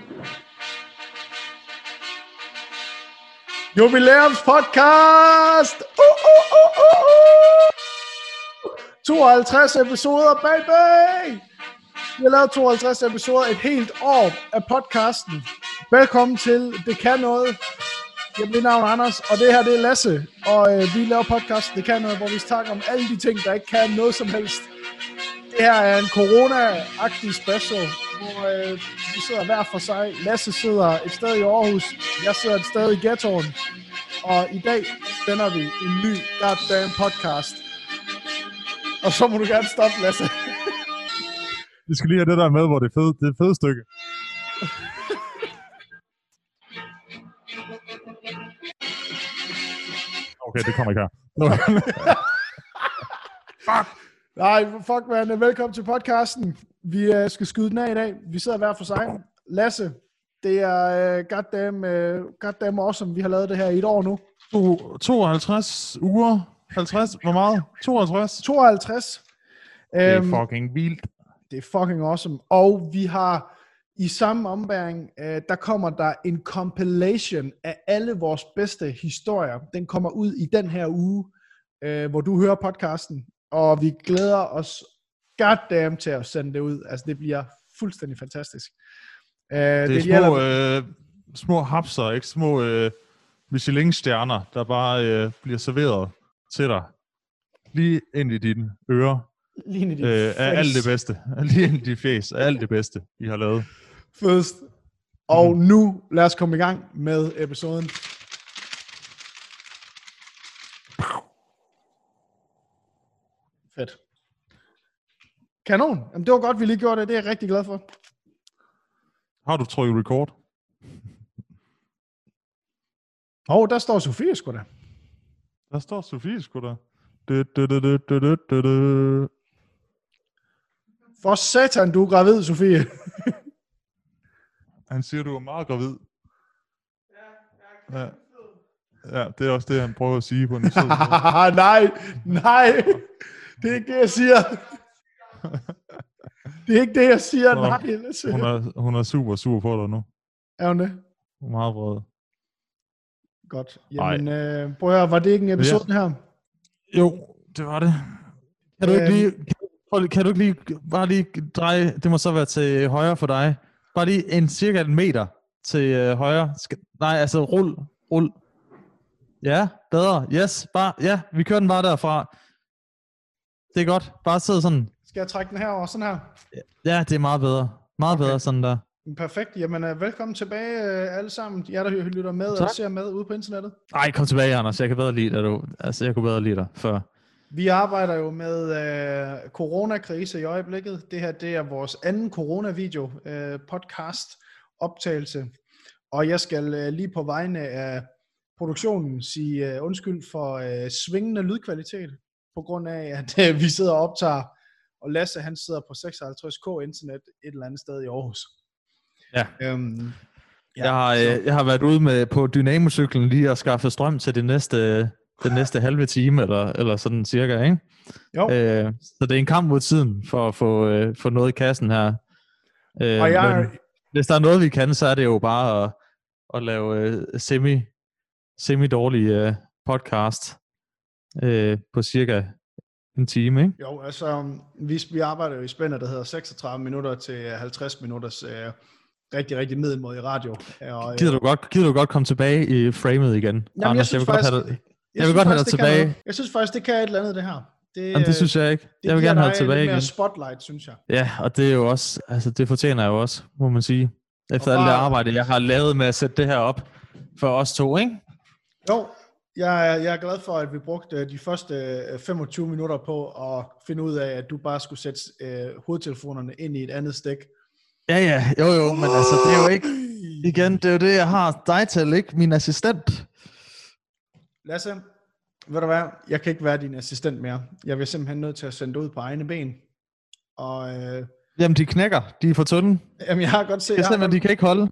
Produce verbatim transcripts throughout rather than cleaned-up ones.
Jubilæumspodcast! Uh, uh, uh, uh, uh. tooghalvtreds episoder, baby! Vi har lavet tooghalvtreds episoder, et helt år af podcasten. Velkommen til Det Kan Noget. Jeg bliver navn Anders, og det her det er Lasse. Og øh, vi laver podcast Det Kan Noget, hvor vi snakker om alle de ting, der ikke kan noget som helst. Det her er en corona-agtig special, hvor øh, vi sidder hver for sig. Lasse sidder et sted i Aarhus, jeg sidder et sted i ghettoen. Og i dag sender vi en ny goddamn podcast. Og så må du gerne stoppe, Lasse. Vi skal lige have det der med, hvor det er fede, det er fede stykke. Okay, det kommer ikke her. Fuck. Nej, fuck man. Velkommen til podcasten. Vi uh, skal skyde den af i dag. Vi sidder hver for sig. Lasse, det er uh, goddamn, uh, goddamn awesome. Vi har lavet det her i et år nu. To, tooghalvtreds uger. halvtreds, hvor meget? tooghalvtreds? tooghalvtreds. Det er um, fucking vildt. Det er fucking awesome. Og vi har i samme ombæring, uh, der kommer der en compilation af alle vores bedste historier. Den kommer ud i den her uge, uh, hvor du hører podcasten. Og vi glæder os goddamn til at sende det ud. Altså, det bliver fuldstændig fantastisk. Uh, det er det små, aller... øh, små hapser, ikke? Små øh, Michelin-stjerner, der bare øh, bliver serveret til dig. Lige ind i dine ører. Lige ind i dit øh, af alt det bedste. Lige ind i dit fjes. Af alt det bedste, I har lavet. Først. Og mm. nu lad os komme i gang med episoden. Fedt. Kanon. Jamen, det var godt, vi lige gjorde det. Det er jeg rigtig glad for. Har du trykket record? Åh, oh, der står Sofie sgu da. Der står Sofie sgu da. Du, du, du, du, du, du, du. For satan, du er gravid, Sofie. Han siger, du er meget gravid. Ja, ja, det er også det, han prøver at sige på en sød måde. Nej, nej. Det er ikke det, jeg siger. Det er ikke det, jeg siger. Nå, nej. Hun er, hun er super sur på dig nu. Er hun det? Hun er meget vred. Godt. Jamen, øh, prøv at høre, var det ikke en episode ja. her? Jo, det var det. Kan du ikke lige, kan, kan du ikke lige, bare lige dreje, det må så være til højre for dig. Bare lige en cirka en meter til øh, højre. Skal, nej, altså rul, rul. Ja, bedre. Yes, bare, ja, vi kører den bare derfra. Det er godt. Bare sidde sådan. Skal jeg trække den her over sådan her? Ja, det er meget bedre. Meget okay. bedre sådan der. Perfekt. Jamen, uh, velkommen tilbage uh, alle sammen. Jer, der lytter med tak. Og ser med ude på internettet. Nej, kom tilbage, Anders. Jeg kan bedre lide dig, du. Altså, jeg kunne bedre lide dig før. Vi arbejder jo med uh, coronakrise i øjeblikket. Det her, det er vores anden coronavideo uh, podcast optagelse. Og jeg skal uh, lige på vegne af produktionen sige uh, undskyld for uh, svingende lydkvalitet. På grund af, at uh, vi sidder og optager, og Lasse, han sidder på seksoghalvtreds k internet et eller andet sted i Aarhus. Ja. Øhm, ja jeg, har, jeg har været ude med på dynamocyklen lige og skaffet strøm til det næste, den næste halve time, eller, eller sådan cirka, ikke? Jo. Øh, så det er en kamp mod tiden for at få, øh, få noget i kassen her. Øh, og jeg... men hvis der er noget, vi kan, så er det jo bare at, at lave øh, semi, semi-dårlig øh, podcast øh, på cirka en time, ikke? Jo, altså, vi, vi arbejder jo i spændet, der hedder seksogtredive minutter til halvtreds minutters øh, rigtig, rigtig middelmådig radio. Og, gider, du godt, gider du godt komme tilbage i framet igen? Jamen, Anders, jeg, jeg vil faktisk, godt have dig, jeg jeg vil godt have dig tilbage. Noget. Jeg synes faktisk, det kan et eller andet, det her. Det, Jamen, det synes jeg ikke. Det jeg vil gerne have dig tilbage igen. Det igen. spotlight, synes jeg. Ja, og det er jo også, altså det fortjener jeg jo også, må man sige. Efter alt det arbejde, jeg har lavet med at sætte det her op for os to, ikke? Jo, jeg er, jeg er glad for, at vi brugte de første femogtyve minutter på at finde ud af, at du bare skulle sætte øh, hovedtelefonerne ind i et andet stik. Ja, ja, jo jo, men altså, det er jo ikke, igen, det er jo det, jeg har dig til, ikke? Min assistent. Lasse, ved du hvad, jeg kan ikke være din assistent mere. Jeg vil simpelthen nødt til at sende dig ud på egne ben. Og, øh... Jamen, de knækker, de er for tynde. Jamen, jeg har godt set... Det er simpelthen, de kan ikke holde.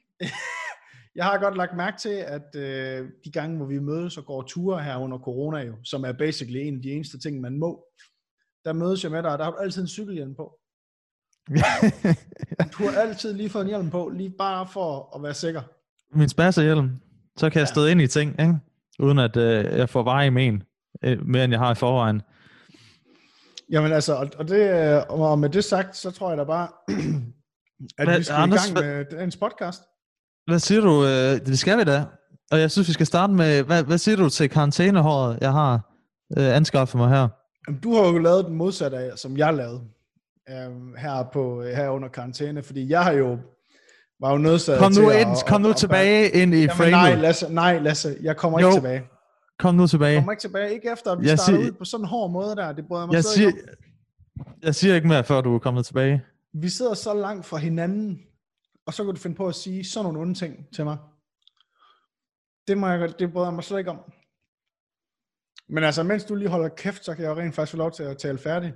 Jeg har godt lagt mærke til, at øh, de gange, hvor vi mødes og går ture her under corona, jo, som er basically en af de eneste ting, man må, der mødes jeg med dig, og der har du altid en cykelhjelm på. Du har altid lige fået en hjelm på, lige bare for at være sikker. Min spasserhjelm, så kan jeg Ja. støde ind i ting, ikke? Uden at øh, jeg får veje i men, øh, mere end jeg har i forvejen. Jamen altså, og, og, det, og med det sagt, så tror jeg da bare, at Hvad, vi skal Anders, i gang med dagens podcast. Hvad siger du? Øh, det skal vi da. Og jeg synes, vi skal starte med, hvad, hvad siger du til karantænehåret, jeg har øh, anskaffet mig her? Jamen, du har jo lavet den modsatte af, som jeg lavede øh, her, på, her under karantæne, fordi jeg har jo, var jo nødsaget kom nu til ind, at... Kom nu at, tilbage at, ind i jamen, framet. nej, Lasse, nej, Lasse, jeg kommer jo, ikke tilbage. Kom nu tilbage. Jeg kommer ikke tilbage, ikke efter, at vi jeg starter sig, ud på sådan en hård måde der, det bryder mig jeg slet siger, ikke om. Jeg siger ikke mere, før du er kommet tilbage. Vi sidder så langt fra hinanden, og så kan du finde på at sige sådan nogle onde ting til mig. Det, må jeg, det bryder jeg mig slet ikke om. Men altså, mens du lige holder kæft, så kan jeg jo rent faktisk få lov til at tale færdig.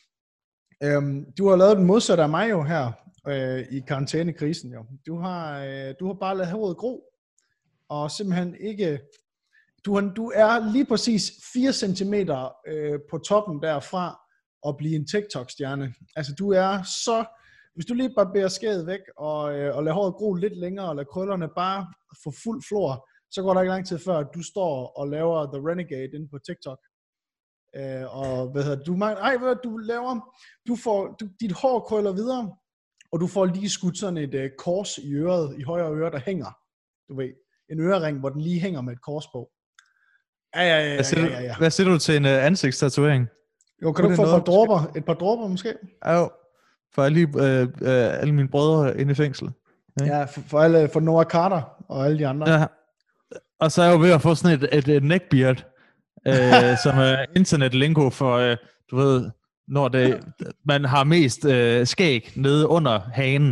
Øhm, du har lavet den modsatte af mig jo her, øh, i karantænekrisen jo. Du har, øh, du har bare ladet hovedet gro, og simpelthen ikke... Du, har, du er lige præcis fire centimeter øh, på toppen derfra at blive en TikTok-stjerne. Altså, du er så... Hvis du lige barberer skæget væk, og, øh, og lader håret gro lidt længere, og lader krøllerne bare få fuld flor, så går der ikke lang tid før, at du står og laver The Renegade inde på TikTok. Øh, og hvad hedder du? Ej, hvad du laver? Du får, du, dit hår krøller videre, og du får lige skudt sådan et uh, kors i øret, i højre øre, der hænger. Du ved, en ørering, hvor den lige hænger med et kors på. Ja, ja, ja, ja, ja, ja. Hvad siger du til en uh, ansigtstatovering? Jo, kan du få et par dråber? Et par dråber måske? Jo, for alle, øh, øh, alle mine brødre inde i fængsel. Ja, ja for, for, alle, for Noah Carter og alle de andre. Ja. Og så er jeg jo ved at få sådan et, et, et neckbeard, øh, som er internetlingo for, øh, du ved, når det, man har mest øh, skæg nede under hagen.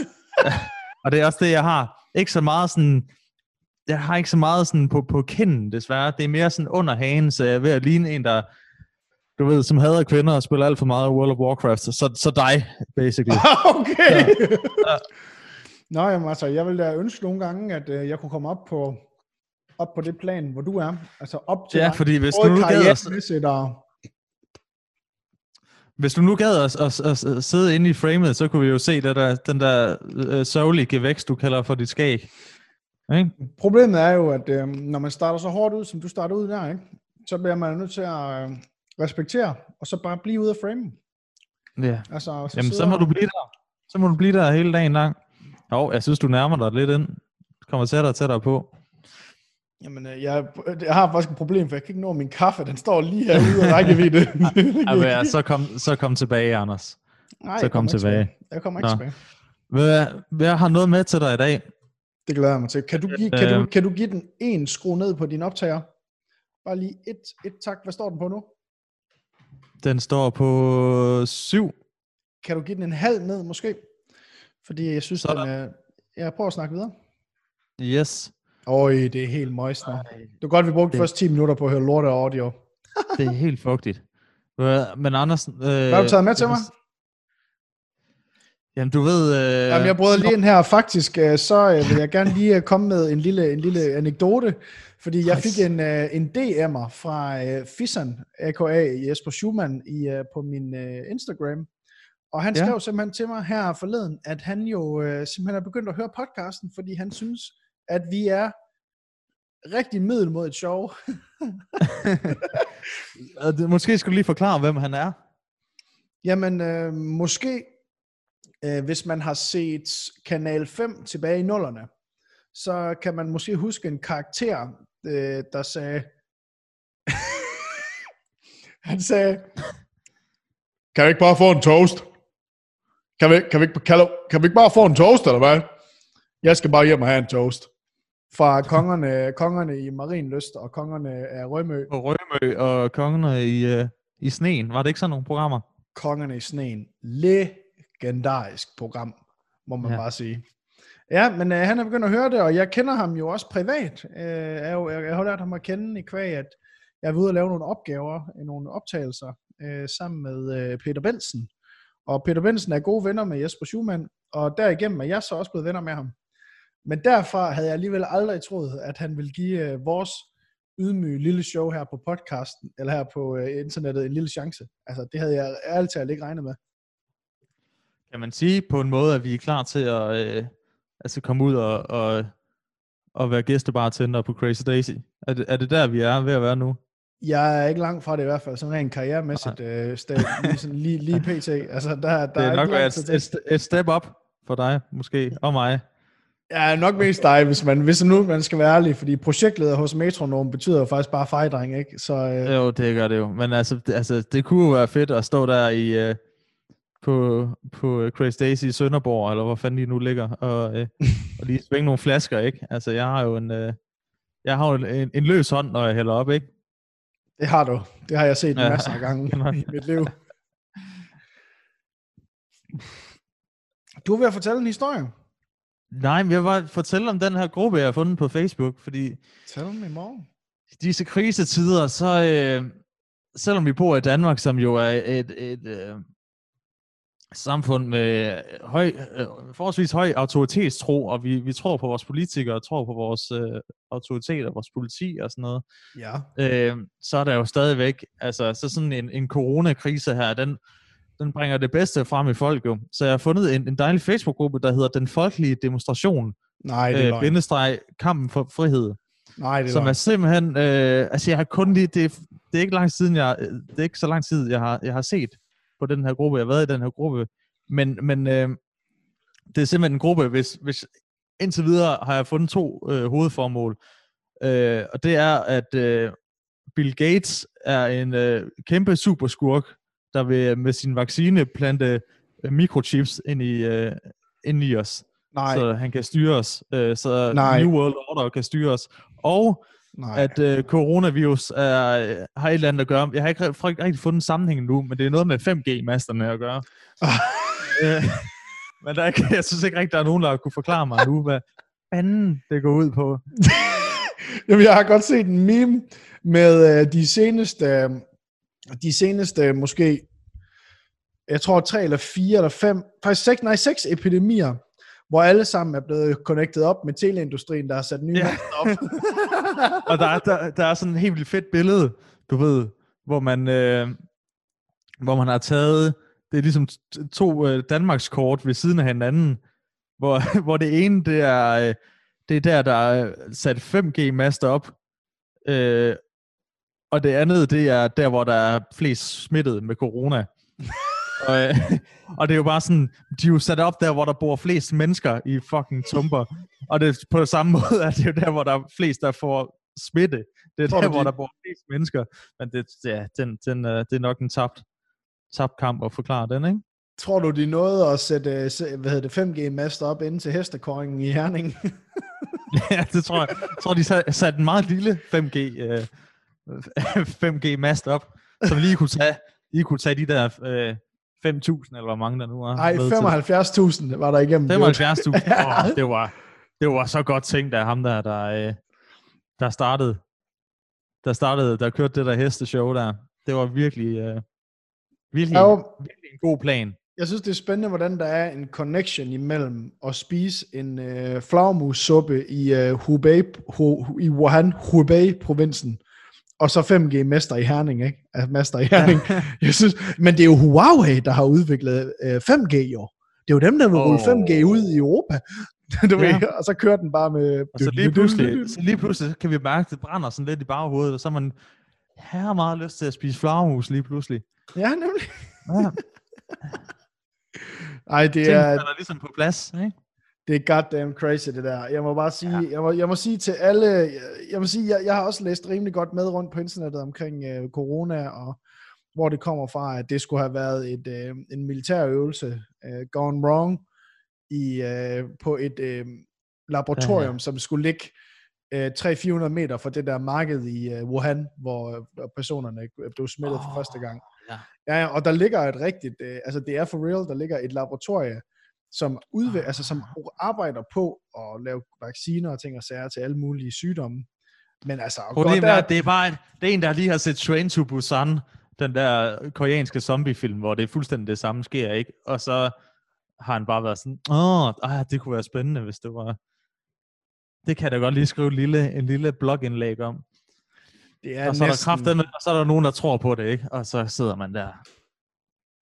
Og det er også det, jeg har. Ikke så meget sådan, jeg har ikke så meget sådan på, på kinden, desværre. Det er mere sådan under hagen, så jeg er ved at ligne en, der, du ved, som hader kvinder og spiller alt for meget World of Warcraft. Så, så dig, basically. Okay. Ja. Ja. Nå, jamen altså, jeg ville da ønske nogle gange, at øh, jeg kunne komme op på, op på det plan, hvor du er. Altså op til ja, dig. fordi hvis du nu gad os, hvis du nu gad os at, at, at sidde inde i framet, så kunne vi jo se det der, den der øh, sørgelige gevækst, du kalder for dit skæg. Ikke? Problemet er jo, at øh, når man starter så hårdt ud, som du starter ud der, ikke, så bliver man nødt til at øh, respektere, og så bare blive ude af framen. Ja. Altså, så Jamen, så må du blive der. Så må du blive der hele dagen lang. Jo, jeg synes, du nærmer dig lidt ind. Kommer tættere og tættere på. Jamen, jeg, jeg har faktisk et problem, for jeg kan ikke nå min kaffe. Den står lige herude og rækkevidde. ja, så, kom, så kom tilbage, Anders. Nej, så kom tilbage. tilbage. Jeg kommer ikke Nå. tilbage. Hvad, hvad har noget med til dig i dag? Det glæder jeg mig til. Kan du give, kan du, kan du give den en skrue ned på din optager? Bare lige et, et tak. Hvad står den på nu? Den står på syv. Kan du give den en halv ned, måske? Fordi jeg synes, den er... Jeg prøver at snakke videre. Yes. Øj, det er helt moist nu. Det var godt, vi brugte de første ti minutter på at høre lorte og audio. Det er helt fugtigt. Men Andersen... Øh, Hvad har du taget med til mig? Jamen, du ved... Øh, Jamen, jeg bryder lige ind her. Faktisk, så vil jeg gerne lige komme med en lille, en lille anekdote. Fordi jeg fik en, en D M'er fra Fissan, a k a. Jesper Schumann, i, på min Instagram. Og han skrev ja. simpelthen til mig her forleden, at han jo simpelthen er begyndt at høre podcasten, fordi han synes, at vi er rigtig middel mod et show. Måske skulle du lige forklare, hvem han er. Jamen, øh, måske, øh, hvis man har set Kanal fem tilbage i nullerne, så kan man måske huske en karakter, øh, der sagde, han sagde, kan vi ikke bare få en toast? Kan vi, kan, vi, kan, kan vi ikke bare få en toast, eller hvad? Jeg skal bare hjem og have en toast. Fra kongerne, kongerne i Marienlyst og kongerne af Rømø. Og Rømø og kongerne i, uh, i sneen. Var det ikke sådan nogle programmer? Kongerne i sneen. Legendarisk program, må man ja. bare sige. Ja, men uh, han er begyndt at høre det, og jeg kender ham jo også privat. Uh, jeg, jeg, jeg har lært ham at kende i kvæg, at jeg er ude og lave nogle opgaver, nogle optagelser, uh, sammen med uh, Peter Bensen. Og Peter Bensen er gode venner med Jesper Schumann, og derigennem er jeg så også blevet venner med ham. Men derfra havde jeg alligevel aldrig troet, at han ville give uh, vores ydmyge lille show her på podcasten, eller her på uh, internettet, en lille chance. Altså, det havde jeg ærligt talt ikke regnet med. kan man sige på en måde, at vi er klar til at øh, altså komme ud og, og, og være gæstebartender på Crazy Daisy? Er det, er det der, vi er ved at være nu? Jeg er ikke langt fra det i hvert fald, sådan rent karrieremæssigt, øh, sted, lige, sådan, lige, lige pt. Altså, der, der det er, er nok ikke et, et, et step up for dig, måske, og mig. Ja, nok mest dig, hvis man, hvis nu man skal være ærlig, fordi projektleder hos Metronom betyder jo faktisk bare fejdreng, ikke? Så, øh... Jo, det gør det jo. Men altså, det, altså, det kunne jo være fedt at stå der i, øh, på, på Crazy Daisy i Sønderborg, eller hvor fanden de nu ligger, og, øh, og lige svinge nogle flasker, ikke? Altså, jeg har jo en, øh, jeg har jo en, en løs hånd, når jeg hælder op, ikke? Det har du. Det har jeg set ja. masser af gange i mit liv. Du er ved at fortælle en historie. Nej, men jeg vil bare fortælle om den her gruppe, jeg har fundet på Facebook, fordi Tell me more. I disse krisetider, så øh, selvom vi bor i Danmark, som jo er et, et, et øh, samfund med høj, øh, forholdsvis høj autoritetstro, og vi, vi tror på vores politikere, og tror på vores øh, autoriteter, vores politi og sådan noget, ja. øh, så er der jo stadigvæk, altså så sådan en, en coronakrise her, den, den bringer det bedste frem i folk jo. Så jeg har fundet en, en dejlig Facebook-gruppe, der hedder Den Folkelige Demonstration, Nej, det er øh, bindestreg, Kampen for Frihed. Nej, det er som løgn. er simpelthen, øh, altså jeg har kun lige, det, det er ikke lang siden, jeg, det er ikke så lang tid, jeg har, jeg har set på den her gruppe, jeg har været i den her gruppe, men, men øh, det er simpelthen en gruppe, hvis, hvis indtil videre har jeg fundet to øh, hovedformål, øh, og det er, at øh, Bill Gates er en øh, kæmpe superskurk, der vil med sin vaccine plante øh, mikrochips ind i, øh, ind i os. Nej. Så han kan styre os, øh, så Nej. New World Order kan styre os, og Nej. at øh, coronavirus er, øh, har et eller andet at gøre. Jeg har ikke, ikke rigtig fundet en sammenhæng nu, men det er noget med fem G-masterne at gøre. øh, men der er ikke, jeg synes ikke rigtig, der er nogen, der kunne forklare mig nu, hvad fanden det går ud på. Jamen, jeg har godt set en meme med øh, de seneste, de seneste måske, jeg tror tre eller fire eller fem, faktisk seks, nej, seks epidemier, hvor alle sammen er blevet connected op med teleindustrien, der har sat nye ja. master op. Og der er, der, der er sådan et helt vildt fedt billede, du ved, hvor man, øh, hvor man har taget, det er ligesom to øh, Danmarks kort ved siden af hinanden, hvor, hvor det ene, det er, øh, det er der, der er sat fem G-master op, øh, og det andet, det er der, hvor der er flest smittet med corona. og, øh, og det er jo bare sådan, de er jo sat op der, hvor der bor flest mennesker i fucking tumper, og det er på samme måde, at det er der, hvor der er flest, der får smitte. Det er tror der, hvor de... der bor flest mennesker, men det, ja, den, den, uh, det er nok en tabt, tabt kamp at forklare den, ikke? Tror du, de nåede at sætte hvad hedder det, fem G-master op inden til hestekåringen i Herning? Ja, det tror jeg. Jeg tror, de satte en meget lille fem G, uh, fem G-mast op, som lige kunne tage, lige kunne tage de der uh, fem tusind, eller hvor mange der nu er. Nej, femoghalvfjerds tusind var der igennem. femoghalvfjerds tusind, oh, det, var, det var så godt tænkt af ham der, der, der startede, der startede, der kørte det der hesteshow der. Det var virkelig, uh, virkelig, jo, virkelig en god plan. Jeg synes, det er spændende, hvordan der er en connection imellem at spise en uh, flagermussuppe i uh, Hubei, Hu, i Wuhan, Hubei-provinsen, og så fem G-mester i Herning, ikke? Altså mester i Herning. Jeg synes, men det er jo Huawei, der har udviklet øh, fem G jo. Det er jo dem, der vil rulle oh. fem G ud i Europa. Du ja. ved, og så kører den bare med... Og så lige pludselig, så lige pludselig kan vi mærke, at det brænder sådan lidt i baghovedet, og så har man her meget lyst til at spise flagermus lige pludselig. Ja, nemlig. Ja. Ej, det Ting, er... er der ligesom på plads, ikke? Det er goddamn crazy, det der. Jeg må bare sige, ja. jeg, må, jeg må sige til alle, jeg må sige, jeg, jeg har også læst rimelig godt med rundt på internettet omkring øh, corona, og hvor det kommer fra, at det skulle have været et, øh, en militær øvelse, øh, gone wrong, i, øh, på et øh, laboratorium, ja, ja. som skulle ligge øh, tre til fire hundrede meter fra det der marked i øh, Wuhan, hvor øh, personerne blev smittet oh, for første gang. Ja. Ja, og der ligger et rigtigt, øh, altså det er for real, der ligger et laboratorium, som, udv- ah. altså, som arbejder på at lave vacciner og ting og sager til alle mulige sygdomme. Men altså... Problemet er, det er bare en, det er en, der lige har set Train to Busan, den der koreanske zombiefilm, hvor det er fuldstændig det samme sker, ikke? Og så har han bare været sådan, åh, ah, det kunne være spændende, hvis det var... Det kan jeg da godt lige skrive en lille, en lille blogindlæg om. Det er og så næsten... er der kraft, og så er der nogen, der tror på det, ikke? Og så sidder man der.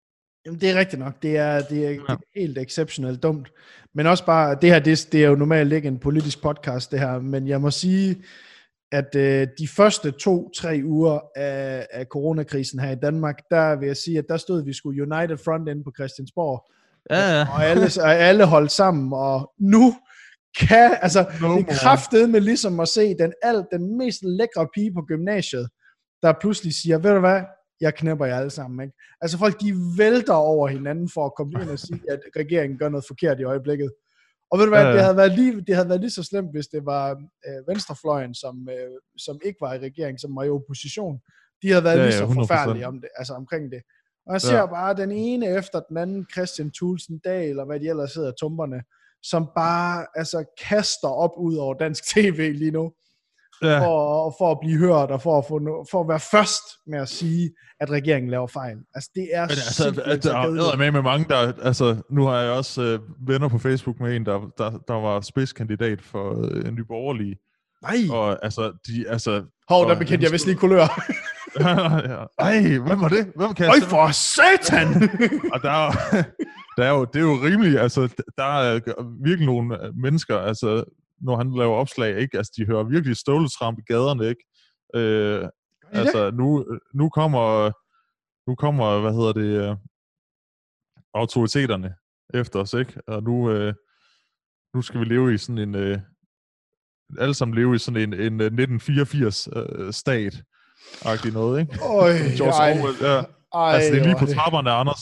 Jamen, det er rigtigt nok. Det er, det er, ja. det er helt exceptionelt dumt. Men også bare, det her, det, det er jo normalt ikke en politisk podcast, det her, men jeg må sige, at øh, de første to, tre uger af, af coronakrisen her i Danmark, der vil jeg sige, at der stod vi sgu United Front inde på Christiansborg. Ja, ja. Og alle, og alle holdt sammen, og nu kan, altså, no det er kraftedeme ligesom at se den, alt, den mest lækre pige på gymnasiet, der pludselig siger, ved du hvad, jeg knæpper jer alle sammen, ikke? Altså folk, de vælter over hinanden for at komme ind og sige, at regeringen gør noget forkert i øjeblikket. Og ved du hvad, ja, ja. Det, havde været lige, det havde været lige så slemt, hvis det var øh, venstrefløjen, som, øh, som ikke var i regering, som var i opposition. De havde været ja, lige så ja, forfærdelige om det, altså omkring det. Og jeg ser ja. bare den ene efter den anden, Christian Thulesen Dahl, eller hvad de ellers hedder, tumperne, som bare altså, kaster op ud over dansk tv lige nu. Ja. For, for at blive hørt, og for at, få no, for at være først med at sige, at regeringen laver fejl. Altså, det er altså, at der er med med mange, der... Altså, nu har jeg også øh, venner på Facebook med en, der, der, der var spidskandidat for øh, en Nye Borgerlige. Nej! Og altså, de... Altså, Hov, der bekendte jeg vist lige kulør. ja. Ej, hvem var det? Hvem kan Øj, for satan! Og der er, der er jo, det er jo rimeligt, altså, der er virkelig nogle mennesker, altså, når han laver opslag, ikke? Altså, de hører virkelig støvletramp i gaderne, ikke? Øh, altså, nu, nu kommer, nu kommer, hvad hedder det, uh, autoriteterne efter os, ikke? Og nu, uh, nu skal vi leve i sådan en, uh, alle sammen leve i sådan en, en nitten fireogfirs uh, stat, agtig noget, ikke? Øj, George ej, Orwell, ja. ej, altså, det er lige på det... trapperne, Anders.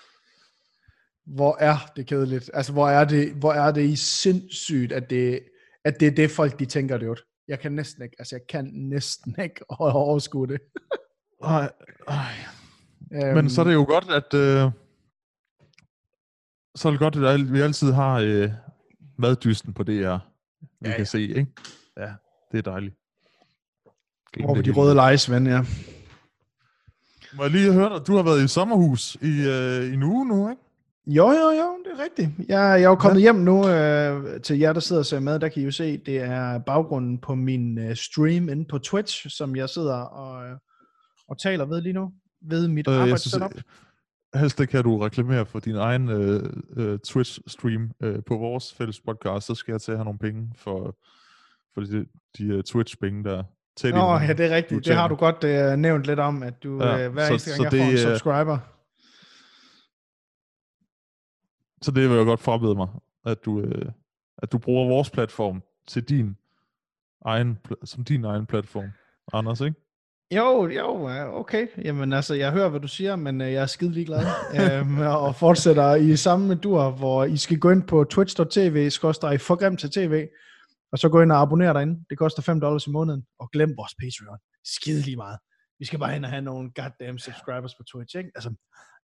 Hvor er det kedeligt? Altså, hvor er det, hvor er det i sindssygt, at det, at det er det folk, de tænker det ud. Jeg kan næsten ikke, altså jeg kan næsten ikke overskue det. Ej, ej. Um, Men så er det jo godt, at øh, så er det godt, at vi altid har øh, maddysten på det her, vi ja, kan ja. se, ikke? Ja, det er dejligt. Over på de røde lejes, ven, ja. Må jeg lige høre dig, du har været i sommerhus i, øh, i en uge nu, ikke? Jo, jo, jo, det er rigtigt. Jeg, jeg er jo kommet ja. hjem nu øh, til jer, der sidder og ser med. Der kan I jo se, det er baggrunden på min øh, stream inde på Twitch, som jeg sidder og, øh, og taler ved lige nu, ved mit øh, arbejdssetup. Helst kan du reklamere for din egen øh, øh, Twitch-stream øh, på vores fælles podcast, så skal jeg til at have nogle penge for, for de, de uh, Twitch-penge, der tæt. Nå, ja, det er rigtigt. Det har du godt øh, nævnt lidt om, at du ja, øh, hver så, eneste gang, jeg det, får en subscriber. Så det vil jeg godt frabede mig, at du, øh, at du bruger vores platform til din egen, som din egen platform, Anders, ikke? Jo, jo, okay. Jamen altså, jeg hører, hvad du siger, men øh, jeg er skide ligeglad. øhm, og fortsætter i samme dur, hvor I skal gå ind på twitch punktum tv, skråstreg forgremt til tv, og så gå ind og abonnere derinde. Det koster fem dollars i måneden, og glem vores Patreon. Skide lige meget. Vi skal bare ind og have nogle goddamn subscribers på Twitch, ikke? Altså...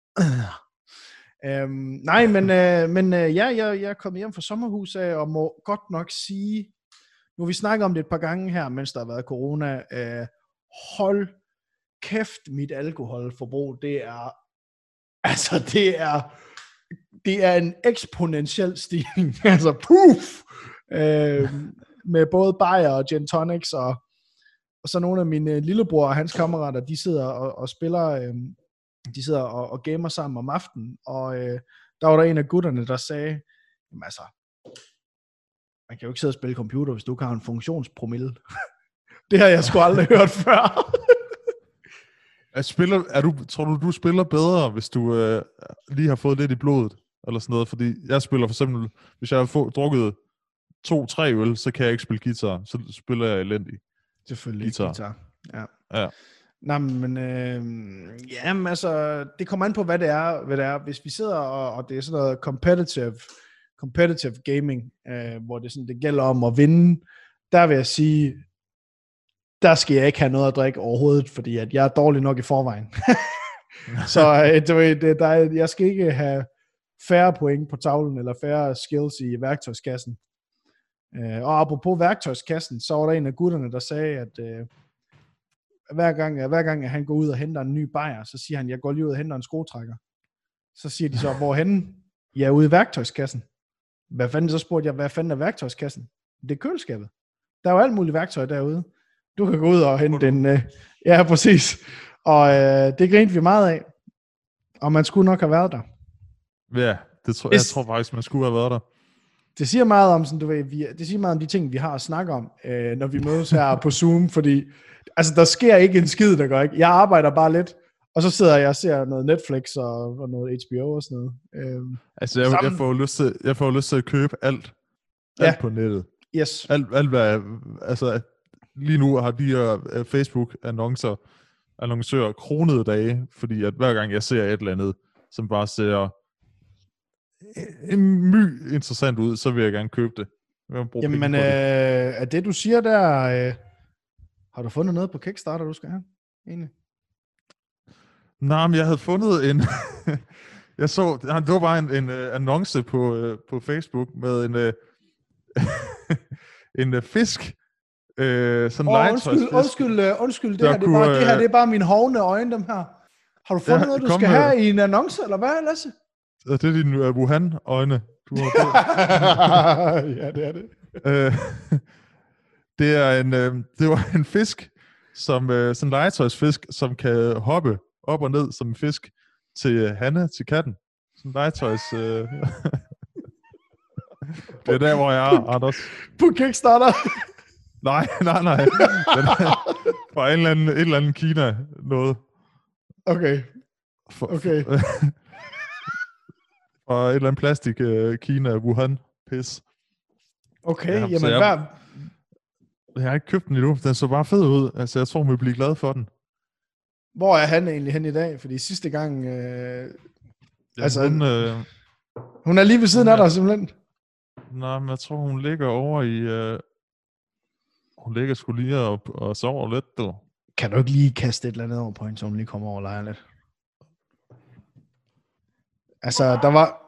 Øhm, nej, men, øh, men øh, ja, jeg, jeg er kommet hjem fra sommerhus af, og må godt nok sige, nu har vi snakket om det et par gange her, mens der har været corona, øh, hold kæft, mit alkoholforbrug, det er, altså det er, det er en eksponentiel stigning, altså puff, øh, med både bajer og gin tonics, og, og så nogle af mine lillebror og hans kammerater, de sidder og, og spiller... Øh, de sidder og, og gamer sammen om aftenen, og øh, der var der en af gutterne, der sagde, jamen altså, man kan jo ikke sidde og spille computer, hvis du ikke har en funktionspromille. Det har jeg sgu aldrig hørt før. er, spiller, er du, tror du, du spiller bedre, hvis du øh, lige har fået lidt i blodet, eller sådan noget? Fordi jeg spiller for eksempel, hvis jeg har fået, drukket to-tre øl, så kan jeg ikke spille guitar, så spiller jeg elendigt. Selvfølgelig guitar. guitar. Ja. Ja. Nej, men øh, jamen, altså, det kommer an på, hvad det er, hvad det er. Hvis vi sidder, og, og det er sådan noget competitive, competitive gaming, øh, hvor det, sådan, det gælder om at vinde, der vil jeg sige, der skal jeg ikke have noget at drikke overhovedet, fordi at jeg er dårlig nok i forvejen. Så øh, det, det, der, jeg skal ikke have færre point på tavlen, eller færre skills i værktøjskassen. Øh, og apropos værktøjskassen, så var der en af gutterne, der sagde, at øh, Hver gang, hver gang han går ud og henter en ny bajer, så siger han, jeg går lige ud og henter en skruetrækker. Så siger de så, hvorhenne? Jeg er ude i værktøjskassen. Hvad fanden? Så spurgte jeg, hvad fanden er værktøjskassen? Det er køleskabet. Der er jo alt muligt værktøj derude. Du kan gå ud og hente en... Uh, ja, præcis. Og uh, det grinte vi meget af. og man skulle nok have været der. Ja, det tror, Det- jeg tror faktisk, man skulle have været der. Det siger meget om, sådan, du ved, vi, det siger meget om de ting, vi har at snakke om, øh, når vi mødes her på Zoom, fordi altså, der sker ikke en skid, der går ikke. Jeg arbejder bare lidt, og så sidder jeg og ser noget Netflix og, og noget H B O og sådan noget. Øh, Altså, jeg, Sammen- jeg, får jo lyst til, jeg får jo lyst til at købe alt. Ja. Alt på nettet. yes. Alt, alt hvad, altså, lige nu har de her uh, Facebook-annoncer, annoncører kronede dage, fordi at hver gang jeg ser et eller andet, som bare ser en my interessant ud, så vil jeg gerne købe det. Jeg vil bruge Jamen, penge øh, på det. er det, du siger der, øh, har du fundet noget på Kickstarter, du skal have? Egentlig? Nej, men jeg havde fundet en... jeg så, det var bare en, en uh, annonce på, uh, på Facebook med en, uh, en uh, fisk. Uh, sådan Oh, undskyld, undskyld, uh, undskyld, det Der her, det, er bare, kunne, det her, øh, det er bare mine hovne øjne, dem her. Har du fundet Ja, noget, du kom skal med- have i en annonce, eller hvad, Lasse? Det er dine uh, Wuhan-øjne, du har på. Ja, det er det. Øh, det er en, øh, det var en fisk, som øh, sådan en legetøjsfisk, som kan hoppe op og ned som en fisk til øh, Hanne, til katten. Sådan en legetøjs... Øh... det er der, hvor jeg er, Anders. På Kickstarter. Nej, nej, nej. Den er fra en eller anden, et eller andet Kina noget. Okay, For, okay. fra et eller andet plastik øh, Kina, Wuhan, pis. Okay, Ja, jamen så jeg- hvad... Jeg har ikke købt den endnu. Den så bare fed ud. Altså, jeg tror, hun vil blive glad for den. Hvor er han egentlig hen i dag? Fordi sidste gang... Øh, Ja, Altså, hun, øh, hun er lige ved siden af Ja. dig, simpelthen. nej, men jeg tror, hun ligger over i... Øh, hun ligger sgu lige og, og sover lidt, du. Kan du ikke lige kaste et eller andet over på hende, så hun lige kommer over og leger lidt? Altså, der var...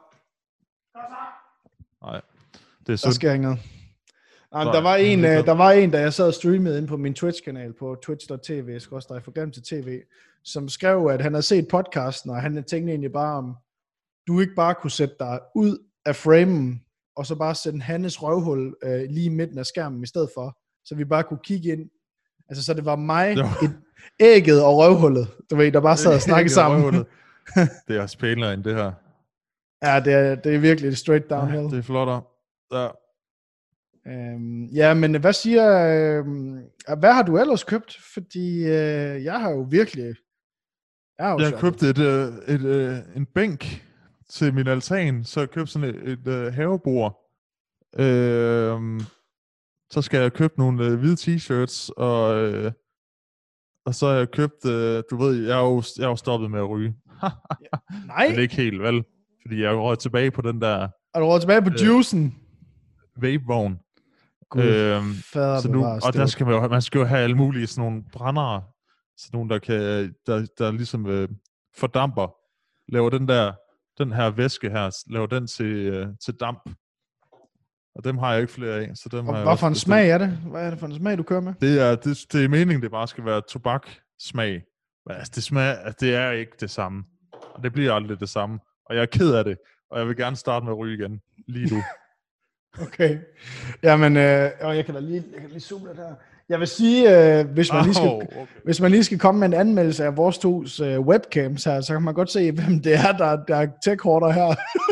Nej, det er Der sødt. sker ikke noget. Nej, men Nej, der var en, det er øh, godt. der var en, da jeg sad og streamede ind på min Twitch-kanal på twitch punktum tv, skråstreg forglemt til tv, som skrev, at han havde set podcasten, og han tænkte egentlig bare om, du ikke bare kunne sætte dig ud af framen, og så bare sætte Hannes røvhul øh, lige i midten af skærmen i stedet for, så vi bare kunne kigge ind. Altså, så det var mig, Jo. et, ægget og røvhullet, du ved, der bare sad og snakkede Ikke sammen. røvhullet. Det er også pænere end det her. Ja, det er, det er virkelig straight downhill. Ja, det er flottere. Ja. Øhm, ja, men hvad siger, øhm, hvad har du ellers købt? Fordi øh, jeg har jo virkelig, jeg har jo Jeg har shoppet. købt et, øh, et, øh, en bænk til min altan, så jeg købt sådan et, et øh, havebord. Øh, så skal jeg købe nogle øh, hvide t-shirts, og, øh, og så har jeg købt, øh, du ved, jeg er, jo, jeg er jo stoppet med at ryge. Nej, Men ikke helt, vel? Fordi jeg er jo røget tilbage på den der er du råd tilbage på Øh, juicen? vape-vogn. Gud, Øhm, fader Så nu, bevares, og det der var- skal man jo, man skal jo have alle mulige sådan nogle brændere, sådan nogle, der kan, der, der ligesom øh, fordamper, laver den der, den her væske her, laver den til, øh, til damp. Og dem har jeg ikke flere af, så dem har Og jeg hvad også for en bestilt. smag er det? Hvad er det for en smag, du kører med? Det er, det, det er meningen, det bare skal være tobak-smag. Men altså, det smager, altså, det er ikke det samme. Og det bliver aldrig det samme. Og jeg er ked af det, og jeg vil gerne starte med at ryge igen, lige nu. Okay. Jamen, øh, og jeg kan da lige, jeg kan lige zoome lidt her. Jeg vil sige, øh, hvis, man lige skal, Åh, okay. hvis man lige skal komme med en anmeldelse af vores tos øh, webcams her, så kan man godt se, hvem det er, der, der er tech-horder her.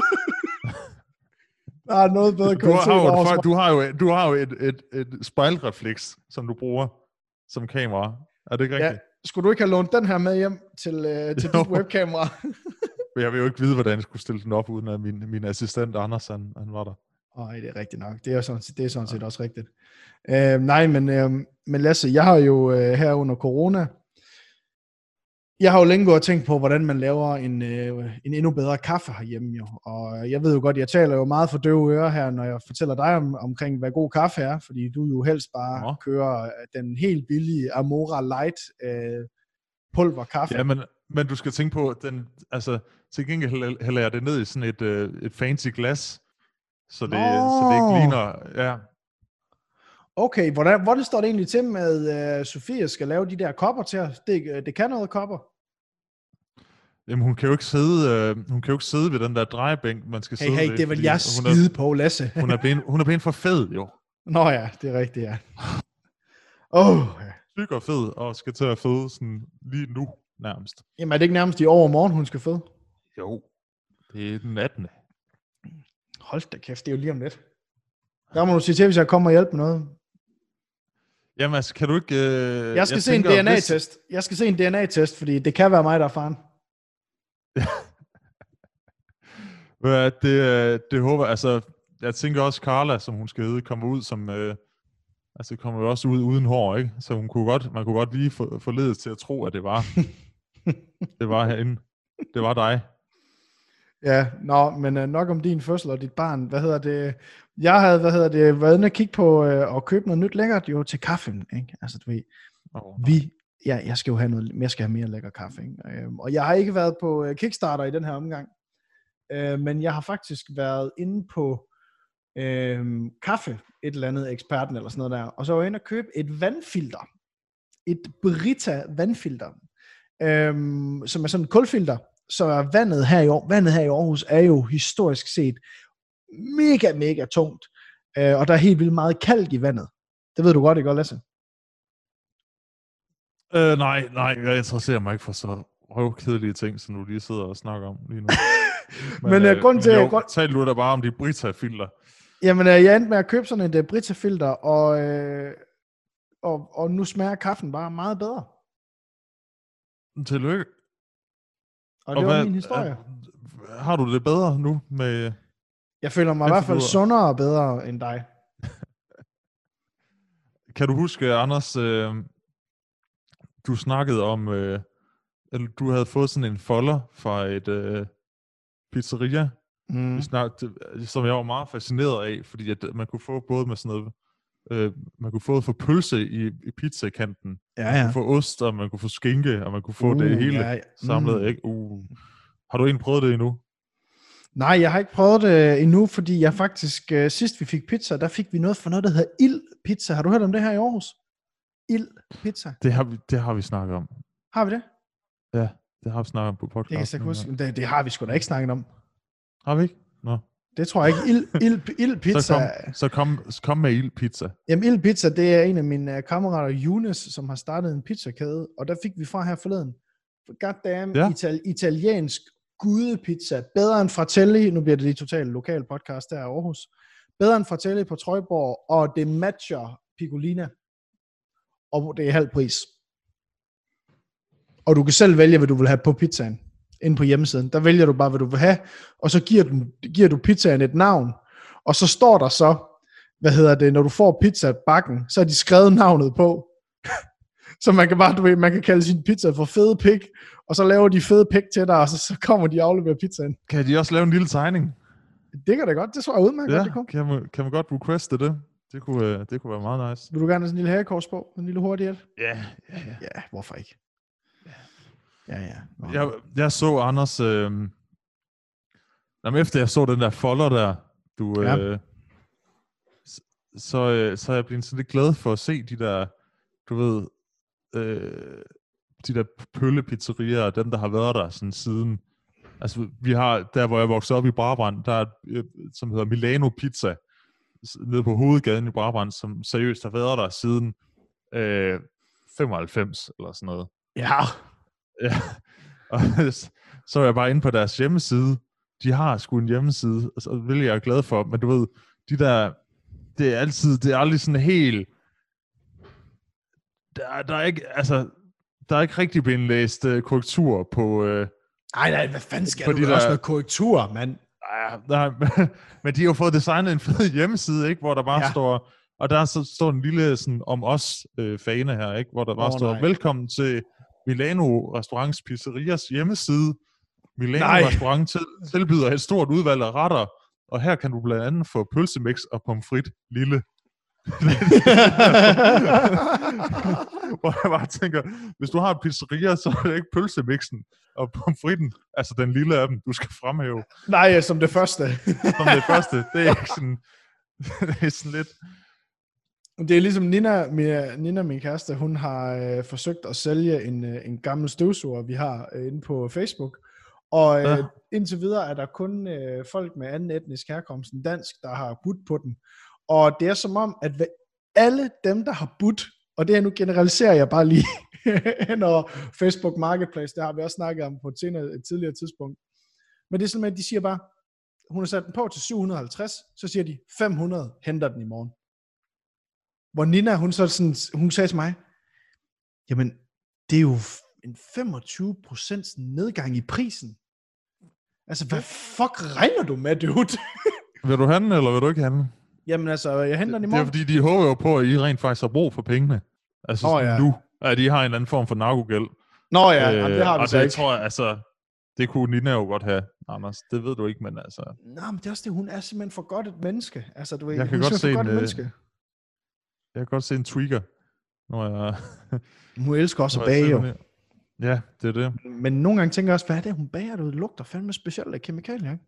Der er noget bedre Du kvalitet har, jo over et, os. fol- du har jo, du har jo et, et, et spejlrefleks, som du bruger som kamera. Er det ikke Ja, rigtigt? skulle du ikke have lånt den her med hjem til, øh, til Jo. dit webkamera? Men jeg vil jo ikke vide, hvordan jeg skulle stille den op, uden at min, min assistent Anders, han, han var der. Nej, det er rigtigt nok. Det er, sådan, det er sådan set også rigtigt. Øh, nej, men, øh, men Lasse, jeg har jo øh, her under corona, jeg har jo længe gået og tænkt på, hvordan man laver en, øh, en endnu bedre kaffe herhjemme jo. Og jeg ved jo godt, jeg taler jo meget for døve ører her, når jeg fortæller dig om, omkring, hvad god kaffe er, fordi du jo helst bare Nå. kører den helt billige Amora Light øh, pulverkaffe. Ja, men, men du skal tænke på, den, altså, til gengæld hælder- hælder jeg det ned i sådan et, øh, et fancy glas, så det, så det ikke ligner, ja. Okay, hvordan, hvordan står det egentlig til med, uh, Sofie skal lave de der kopper til os? Det, det kan noget kopper. Jamen, hun kan jo ikke sidde, øh, hun kan jo ikke sidde ved den der drejebænk, man skal Hey, sidde hey, ved. det vil fordi jeg hun er, skide på, Lasse. hun er blevet, hun er blevet for fed, jo. Nå ja, det er rigtigt, ja. Åh, oh, ja. Syg og fed, og skal til at føde sådan lige nu, nærmest. Jamen er det ikke nærmest i overmorgen, hun skal føde? Jo, det er den attende Hold da kæft, det er jo lige om lidt. Der må du sige til, hvis jeg kommer og hjælper med noget. Jamen altså, kan du ikke... Øh, jeg skal jeg se tænker, en D N A-test. Hvis... Jeg skal se en D N A-test, fordi det kan være mig, der er faren. Ja, det, det håber altså, jeg tænker også, Carla, som hun skal hedde, kommer ud som... Øh, altså, kommer jo også ud uden hår, ikke? Så hun kunne godt, man kunne godt lige for, forledes til at tro, at det var... det var herinde. Det var dig. Ja, nå, men uh, nok om din fødsel og dit barn. Hvad hedder det? Jeg havde, hvad hedder det, været inde og kigge på uh, og købe noget nyt lækkert jo til kaffen, ikke? Altså, du ved, oh, vi, ja, jeg skal jo have noget, jeg skal have mere lækker kaffe, ikke? Uh, og jeg har ikke været på uh, Kickstarter i den her omgang, uh, men jeg har faktisk været inde på uh, kaffe, et eller andet eksperten eller sådan noget der, og så var jeg inde og købe et vandfilter, et Brita vandfilter, uh, som er sådan et kulfilter. Så er vandet her i år, vandet her i Aarhus er jo historisk set mega, mega tungt. Øh, og der er helt vildt meget kalk i vandet. Det ved du godt, ikke godt, Lasse? Øh, nej, nej, jeg interesserer mig ikke for så røvkedelige ting, som du lige sidder og snakker om lige nu. men men øh, grund til... Men jo, grund... taler du da bare om de Brita-filter. Jamen, øh, jeg endte med at købe sådan et uh, Brita-filter, og, øh, og, og nu smager kaffen bare meget bedre. Tillykke. Og det og var hvad, min historie. Er, har du det bedre nu med... Jeg føler mig i hvert fald sundere og bedre end dig. Kan du huske, Anders, øh, du snakkede om, øh, eller du havde fået sådan en folder fra et øh, pizzeria, mm. snakkede, som jeg var meget fascineret af, fordi at man kunne få både med sådan noget, øh, man kunne få for pølse i, i pizzakanten, ja, ja. Man kunne få ost, og man kunne få skinke, og man kunne få uh, det hele ja, ja. samlet. Mm. Ikke? Uh. Har du egentlig prøvet det endnu? Nej, jeg har ikke prøvet det endnu, fordi jeg faktisk, uh, sidst vi fik pizza, der fik vi noget for noget, der hedder Ild Pizza. Har du hørt om det her i Aarhus? Ild Pizza. Det har vi, det har vi snakket om. Har vi det? Ja, det har vi snakket om på podcasten. Det, kan jeg huske. Det, det har vi sgu da ikke snakket om. Har vi ikke? Nå. Det tror jeg ikke. Ild, ild, ild Pizza. Så, kom, så kom, kom med Ild Pizza. Jamen, Ild Pizza, det er en af mine uh, kammerater, Younes, som har startet en pizzakæde, og der fik vi fra her forleden. Goddamn, ja. Ital- italiensk gudepizza. Bedre end Fratelli. Nu bliver det lige totalt lokal podcast der i Aarhus. Bedre end Fratelli på Trøjborg, og det matcher Piccolina. Og det er halv pris. Og du kan selv vælge, hvad du vil have på pizzaen. Inde på hjemmesiden. Der vælger du bare, hvad du vil have. Og så giver du, giver du pizzaen et navn. Og så står der så, hvad hedder det, når du får pizza-bakken, så er de skrevet navnet på. Så man kan bare, du ved, man kan kalde sin pizza for fede pik, og så laver de fede pik til dig, og så, så kommer de og afleverer pizzaen. Kan de også lave en lille tegning? Det kan da godt, det tror jeg udmærket ja, godt, det kunne. Kan man, kan man godt requeste det? Det kunne, det kunne være meget nice. Vil du gerne have sådan en lille hagekors på? En lille hurtigt? Ja, ja, ja. Ja, hvorfor ikke? Ja, ja. Nå. Jeg, jeg så Anders, øh, jamen efter jeg så den der folder der, du, ja. øh, så, øh, så er jeg blevet sådan lidt glad for at se de der, du ved, øh, de der pøllepizzerier, dem der har været der sådan siden. Altså vi har, der hvor jeg voksede op i Brabrand, der er et, som hedder Milano Pizza, nede på hovedgaden i Brabrand, som seriøst har været der siden øh, femoghalvfems eller sådan noget. Ja. Ja, og så er jeg bare inde på deres hjemmeside. De har sgu en hjemmeside, og så vil jeg er glad for, men du ved, de der, det er altid, det er aldrig sådan helt, der, der er ikke, altså, der er ikke rigtig blevet læst uh, korrektur på... Uh, Ej, nej, hvad fanden skal du der... også med korrektur, mand? Nej, nej, men de har jo fået designet en fed hjemmeside, ikke, hvor der bare ja. står, og der så står en lille sådan om os øh, fane her, ikke, hvor der bare oh, står, nej. Velkommen til Milano Restaurants Pizzerias hjemmeside. Milano Nej. Restaurant til, tilbyder et stort udvalg af retter, og her kan du blandt andet få pølsemix og pomfrit lille. Hvor jeg bare tænker, hvis du har en pizzeria, så er det ikke pølsemixen og pomfritten, altså den lille af dem, du skal fremhæve. Nej, som det første. Som det første, det er ikke sådan, det er sådan lidt... Det er ligesom Nina, min, Nina, min kæreste, hun har øh, forsøgt at sælge en, øh, en gammel støvsuger, vi har øh, inde på Facebook. Og øh, ja. indtil videre er der kun øh, folk med anden etnisk herkomst end dansk, der har budt på den. Og det er som om, at alle dem, der har budt, og det her nu generaliserer jeg bare lige, når Facebook Marketplace, det har vi også snakket om på et, senere, et tidligere tidspunkt, Men det er sådan, at de siger bare, hun har sat den på til syv hundrede og halvtreds, så siger de, fem hundrede henter den i morgen. Hvor Nina, hun så sådan, hun sagde til mig, jamen, det er jo en femogtyve procent nedgang i prisen. Altså, hvad fuck regner du med, dude? Vil du handle, eller vil du ikke handle? Jamen altså, jeg henter den i morgen. Det er fordi, de håber jo på, at I rent faktisk har brug for pengene. Altså Nå, sådan ja. nu, at I har en eller anden form for narkogæld. Nå ja, øh, jamen, det har vi og så det ikke. tror jeg, altså, det kunne Nina jo godt have, Anders. Det ved du ikke, men altså... Nå, men det er også det, hun er simpelthen for godt et menneske. Altså, du ved, jeg kan hun er godt se for godt en, et menneske. Jeg kan godt se en trigger, når jeg... Hun elsker også at bage, jo. Ja, det er det. Men nogle gange tænker jeg også, hvad er det, hun bager? Det lugter fandme specielt af kemikalier, ikke?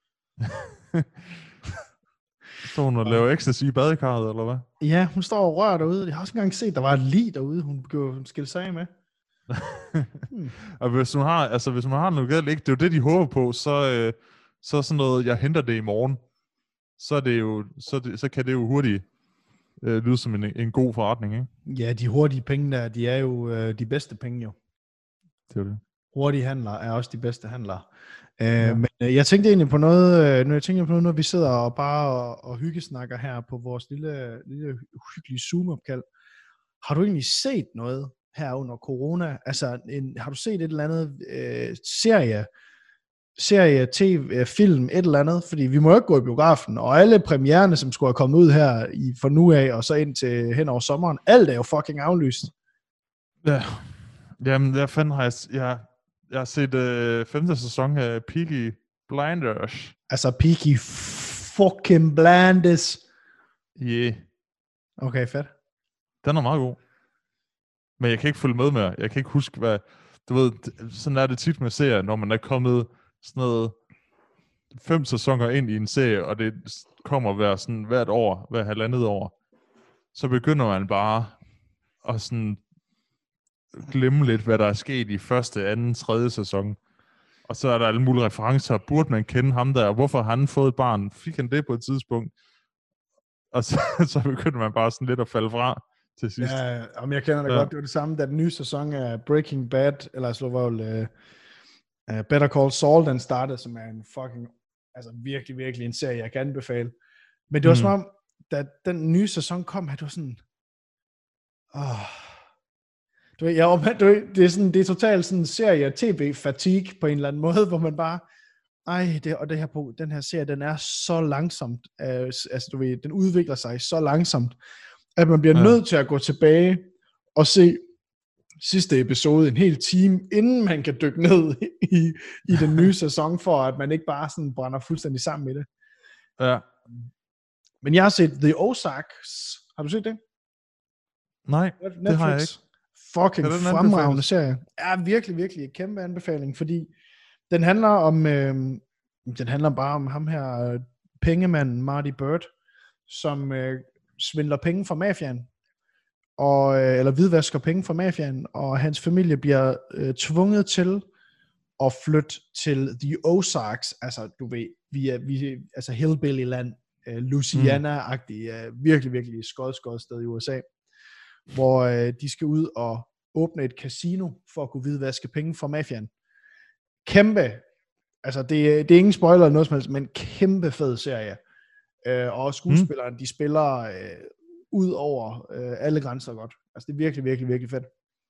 Så hun og laver ecstasy i badekarret, eller hvad? Ja, hun står og rører derude. Jeg har også engang set, der var et lig derude, hun skulle skille sig af med. hmm. Og hvis hun har, altså hvis hun har noget galt, ikke, det er jo det, de håber på, så, øh, så sådan noget, jeg henter det i morgen, så, er det jo, så, det, så kan det jo hurtigt øh, lyde som en, en god forretning, ikke? Ja, de hurtige penge der, de er jo øh, de bedste penge, jo. Det er det. Hurtige handlere er også de bedste handlere. Øh, ja. Men øh, jeg tænkte egentlig på noget, øh, når jeg tænkte på noget, når vi sidder og bare og, og hyggesnakker her på vores lille, lille hyggelige Zoom-opkald. Har du egentlig set noget her under corona? Altså, en, har du set et eller andet øh, serie, serie, tv, film, et eller andet? Fordi vi må jo ikke gå i biografen, og alle premiererne, som skulle have kommet ud her i, fra nu af, og så ind til hen over sommeren, alt er jo fucking aflyst. Ja, jamen, jeg fandt, har jeg, jeg, jeg har set øh, femte sæson af Peaky Blinders. Altså, Peaky fucking Blinders. Yeah. Okay, fedt. Den er meget god. Men jeg kan ikke følge med mere. Jeg kan ikke huske, hvad... Du ved, sådan er det tit med serier, når man er kommet sådan noget fem sæsoner ind i en serie, og det kommer hver, sådan, hvert år, hver halvandet år, så begynder man bare at sådan glemme lidt, hvad der er sket i første, anden, tredje sæson. Og så er der alle mulige referencer. Burde man kende ham der? Hvorfor har han fået et barn? Fik han det på et tidspunkt? Og så, så begynder man bare sådan lidt at falde fra til sidst. Ja, om jeg kender det ja. godt. Det var det samme, da den nye sæson af Breaking Bad, eller så var det uh, uh, Better Call Saul, den startede, som er en fucking, altså virkelig, virkelig en serie, jeg kan anbefale. Men det var mm. som om, da den nye sæson kom, at det var sådan, åh, du ved, jeg, du ved, det er sådan, det er totalt sådan en serie tv-fatigue på en eller anden måde, hvor man bare, ej, det, og det her på, den her serie, den er så langsomt, uh, altså du ved, den udvikler sig så langsomt, at man bliver ja. nødt til at gå tilbage og se sidste episode en hel time, inden man kan dykke ned i, i den nye sæson, for at man ikke bare sådan brænder fuldstændig sammen med det. Ja. Men jeg har set The Ozarks. Har du set det? Nej, Netflix. Det har jeg ikke. Fucking fremragende serie. Ja, virkelig, virkelig et kæmpe anbefaling, fordi den handler om, øh, den handler bare om ham her, pengemanden Marty Byrde, som øh, svindler penge fra mafiaen, og, øh, eller hvidvasker penge fra mafiaen, og hans familie bliver øh, tvunget til at flytte til The Ozarks, altså du ved, vi er, vi, altså hillbilly land, øh, Louisiana-agtig, øh, virkelig, virkelig skod, skod sted i U S A, hvor øh, de skal ud og åbne et casino, for at kunne hvidvaske penge fra mafiaen. Kæmpe, altså det, det er ingen spoiler eller noget som helst, men kæmpe fed serie. Øh, og skuespillerne, mm. de spiller øh, ud over øh, alle grænser godt. Altså det er virkelig, virkelig, virkelig fedt.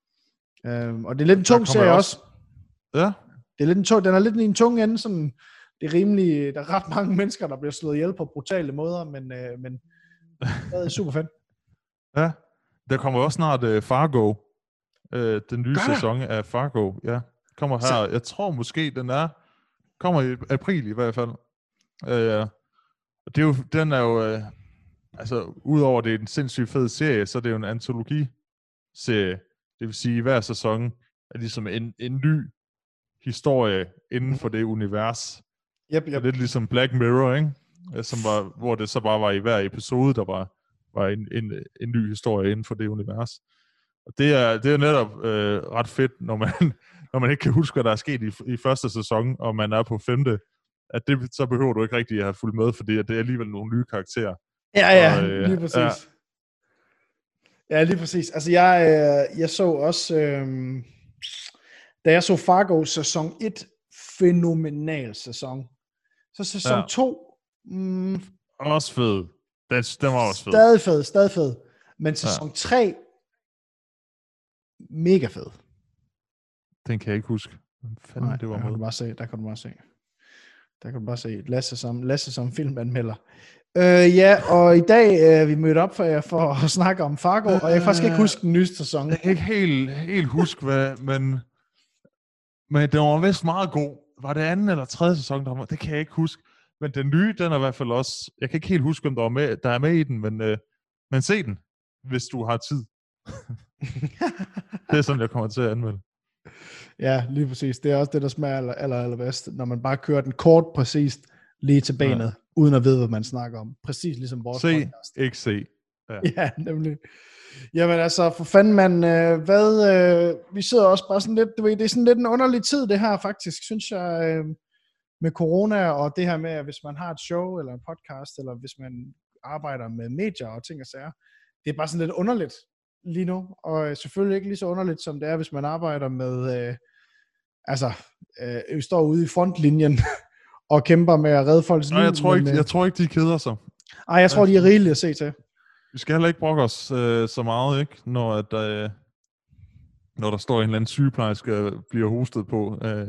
Øh, og det er lidt en tung serie også. også. Ja. Det er lidt en tung, den er lidt i en tung ende, sådan, det er rimelig, der er ret mange mennesker, der bliver slået ihjel på brutale måder, men, øh, men det er super fedt. Ja, der kommer også snart uh, Fargo, uh, den nye sæson af Fargo, ja, kommer her, Så... jeg tror måske den er, kommer i april i hvert fald. Uh, det er jo, den er jo, uh, altså udover det er en sindssygt fed serie, så er det jo en antologi-serie, det vil sige hver sæson er ligesom en, en ny historie inden for det univers. Yep, yep. Det er lidt ligesom Black Mirror, ikke? Som var, hvor det så bare var i hver episode, der var, var en, en, en ny historie inden for det univers. Og det er, det er netop øh, ret fedt, når man, når man ikke kan huske, hvad der er sket i, i første sæson, og man er på femte, at det, så behøver du ikke rigtig at have fulgt med, fordi det er alligevel nogle nye karakterer. Ja, ja, og, øh, lige præcis. Ja. ja, lige præcis. Altså, jeg, øh, jeg så også, øh, da jeg så Fargo sæson et, fænomenal sæson. Så sæson Ja. to, mm, Også fed. Den, den var også fed. Stadig fed, stadig fed. Men sæson ja. tre, mega fed. Den kan jeg ikke huske. Hvad fanden Nej, det var der kan med. du bare se, der kan du bare se. Der kan du bare se Lasse som, Lasse som filmanmelder. Øh, ja, og i dag er vi mødt op for jer for at snakke om Fargo, og jeg kan faktisk ikke huske den nyeste sæson. Jeg kan ikke helt, helt huske, hvad, men, men den var vist meget god. Var det anden eller tredje sæson, der var? Det kan jeg ikke huske. Men den nye, den er i hvert fald også... Jeg kan ikke helt huske, om der er med, der er med i den, men, øh, men se den, hvis du har tid. Det er sådan, jeg kommer til at anmelde. Ja, lige præcis. Det er også det, der smager aller, aller, aller bedst, når man bare kører den kort præcist lige til benet, ja. Uden at vide, hvad man snakker om. Præcis ligesom vores se, podcast. ikke se. Ja. Ja, nemlig. Jamen altså, for fanden man, øh, hvad, øh, vi sidder også bare sådan lidt, du ved, det er sådan lidt en underlig tid, det her faktisk, synes jeg, øh, med corona, og det her med, at hvis man har et show, eller en podcast, eller hvis man arbejder med medier og ting og sager, det er bare sådan lidt underligt lige nu, og selvfølgelig ikke lige så underligt, som det er, hvis man arbejder med, øh, altså, øh, vi står ude i frontlinjen, og kæmper med at redde folks liv. Nej, jeg tror, men, ikke, jeg tror ikke, de keder sig. Ej, jeg tror, de er rigelige at se til. Vi skal heller ikke brokke os øh, så meget, ikke? Når, at, øh, når der står en eller anden sygeplejerske og bliver hostet på øh,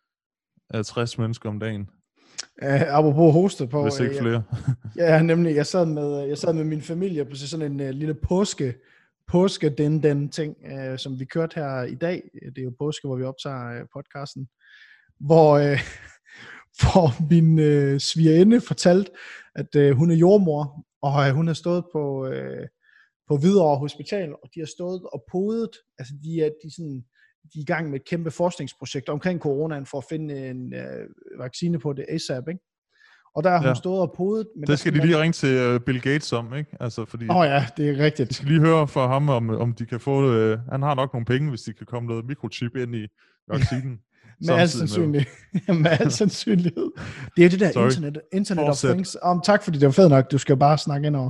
af tres mennesker om dagen. Uh, apropos hostet på. Hvis ikke flere. Ja, ja, nemlig, jeg sad med, jeg sad med min familie på sådan en uh, lille påske, påske den den ting, uh, som vi kørte her i dag. Det er jo påske, hvor vi optager uh, podcasten. Hvor, uh, hvor min uh, svigerinde fortalte, at uh, hun er jordmor, og uh, hun har stået på, uh, på Hvidovre Hospital, og de har stået og podet, altså de er, de sådan, de er i gang med et kæmpe forskningsprojekt omkring coronaen, for at finde en uh, vaccine på det ASAP, ikke? Og der har hun ja. stået og podet. Men det skal de lige ringe til uh, Bill Gates om, ikke? Altså, fordi åh oh ja, det er rigtigt. De skal lige høre fra ham, om, om de kan få det. Uh, han har nok nogle penge, hvis de kan komme noget mikrochip ind i vaccinen. Med al sandsynlighed. med al sandsynlighed. Det er det der Sorry. internet, internet of things. Um, tak fordi det var fedt nok, du skal bare snakke ind over.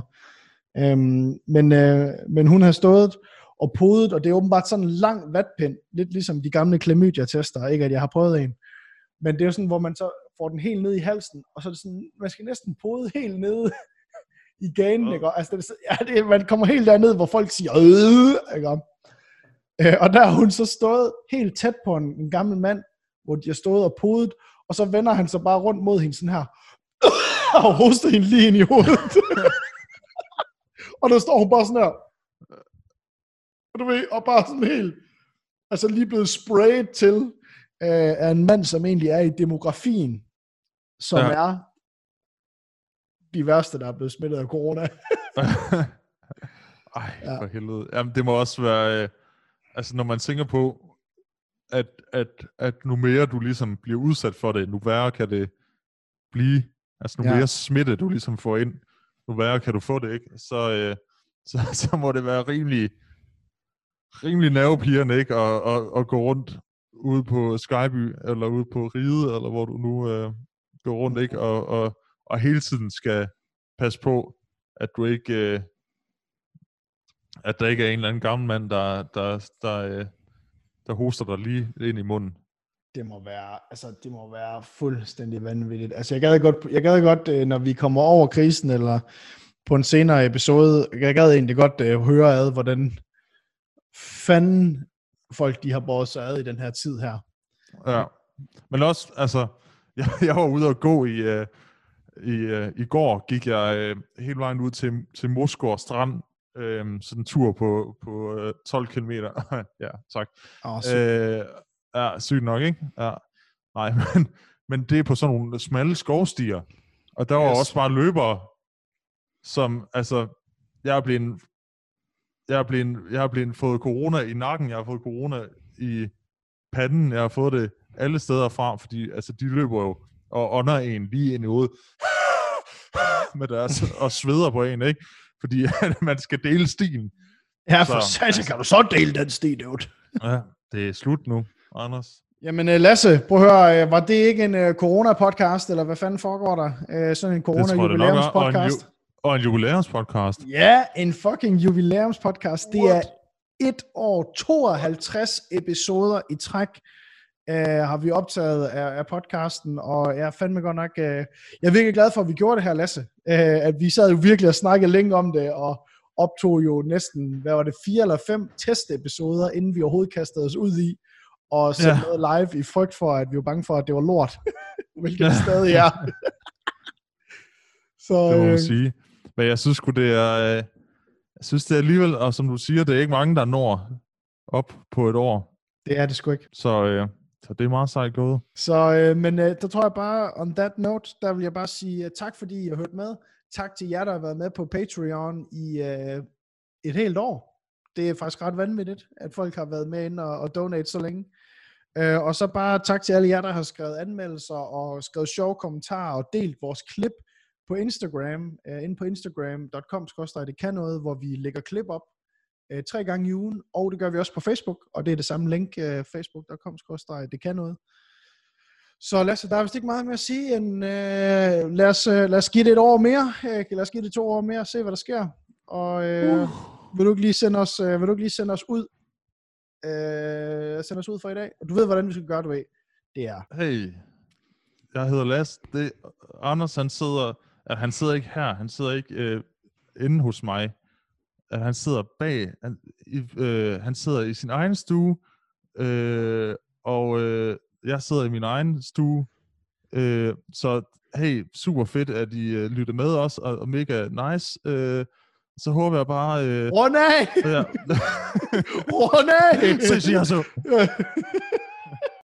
Um, men, uh, men hun har stået og podet, og det er åbenbart sådan en lang vatpind, lidt ligesom de gamle klamydia-tester, ikke at jeg har prøvet en. Men det er jo sådan, hvor man så får den helt ned i halsen, og så er det sådan, man skal næsten pode helt ned i ganen, oh. ikke? Altså, det er, ja, det, man kommer helt derned, hvor folk siger, øh, ikke? Øh, og der har hun så stået helt tæt på en, en gammel mand, hvor de har stået og podet, og så vender han sig bare rundt mod hende sådan her, og hoster hende lige ind i hovedet. Og der står hun bare sådan her, og du ved, og bare sådan helt, altså lige blevet sprayet til, øh, af en mand, som egentlig er i demografien, som ja. er de værste, der er blevet smittet af corona. Ej, for ja. helvede. Jamen, det må også være, øh, altså når man tænker på, at, at, at nu mere du ligesom bliver udsat for det, nu værre kan det blive, altså nu ja. mere smitte du ligesom får ind, nu værre kan du få det, ikke? Så, øh, så, så må det være rimelig, rimelig nervepirrende, ikke? Og, og, og gå rundt ude på Skyby, eller ude på Ride, eller hvor du nu øh, går rundt, ikke? Og, og, og hele tiden skal passe på, at du ikke, øh, at der ikke er en eller anden gammel mand, der, der, der, øh, der hoster dig lige ind i munden. Det må være, altså det må være fuldstændig vanvittigt. Altså jeg gad godt, jeg gad godt, når vi kommer over krisen, eller på en senere episode, jeg gad egentlig godt uh, høre ad, hvordan fanden folk de har båret sig ad i den her tid her. Ja, men også, altså, jeg, jeg var ude og gå i, uh, i, uh, i går, gik jeg uh, hele vejen ud til, til Moskva Strand, uh, sådan en tur på, på uh, tolv kilometer. Ja, tak. Oh, uh, ja, sygt nok, ikke? Ja. Nej, men, men det er på sådan nogle smalle skovstier, og der var yes. også bare løbere, som, altså, jeg er blevet, jeg er blevet, jeg har blevet fået corona i nakken, jeg har fået corona i panden, jeg har fået det alle steder fra, fordi, altså, de løber jo og ånder en lige ind i hovedet, med deres, og sveder på en, ikke? Fordi man skal dele stien. Ja, for så, altså, kan du så dele den sti, dude? Ja, det er slut nu, Anders. Jamen Lasse, prøv at høre, var det ikke en uh, corona-podcast, eller hvad fanden foregår der? Uh, sådan en corona-jubilæums-podcast? Og en jubilæumspodcast. Ja, en fucking jubilæumspodcast. Det er et år, tooghalvtreds episoder i træk. uh, har vi optaget af, af podcasten, og jeg er fandme godt nok, uh, jeg er virkelig glad for, at vi gjorde det her, Lasse. Uh, at vi sad jo virkelig og snakkede længe om det, og optog jo næsten, hvad var det, fire eller fem testepisoder, inden vi overhovedet kastede os ud i, og sendte ja. noget live i frygt for, at vi var bange for, at det var lort. Hvilket det stadig er. Så, det må man øh, sige. Men jeg synes sgu, det er, øh, jeg synes det er alligevel, og som du siger, det er ikke mange, der når op på et år. Det er det sgu ikke. Så, øh, så det er meget sejt gået. Så, øh, men øh, der tror jeg bare, on that note, der vil jeg bare sige uh, tak, fordi I har hørt med. Tak til jer, der har været med på Patreon i uh, et helt år. Det er faktisk ret vanvittigt, at folk har været med ind og, og donate så længe. Uh, og så bare tak til alle jer, der har skrevet anmeldelser og skrevet sjove kommentarer og delt vores klip på Instagram, uh, inde på instagram punktum com skråstreg det kan noget, hvor vi lægger klip op uh, tre gange i ugen, og det gør vi også på Facebook, og det er det samme link, uh, facebook punktum com skråstreg det kan noget. Så Lasse, der er vist ikke meget mere at sige, end uh, lad, os, uh, lad os give det et år mere, uh, lad os give det to år mere, og se hvad der sker, og uh, uh. vil du ikke lige sende os, uh, vil du ikke lige sende os ud, uh, sende os ud for i dag, og du ved hvordan vi skal gøre det ved, det er. Hey, jeg hedder Lasse, det, Anders han sidder, at han sidder ikke her, han sidder ikke øh, inde hos mig, at han sidder bag, han, øh, han sidder i sin egen stue, øh, og øh, jeg sidder i min egen stue, øh, så hey, super fedt, at I øh, lytter med os, og, og mega nice, øh, så håber jeg bare... Øh, Åh nej! Ja. Åh nej! Så siger jeg så.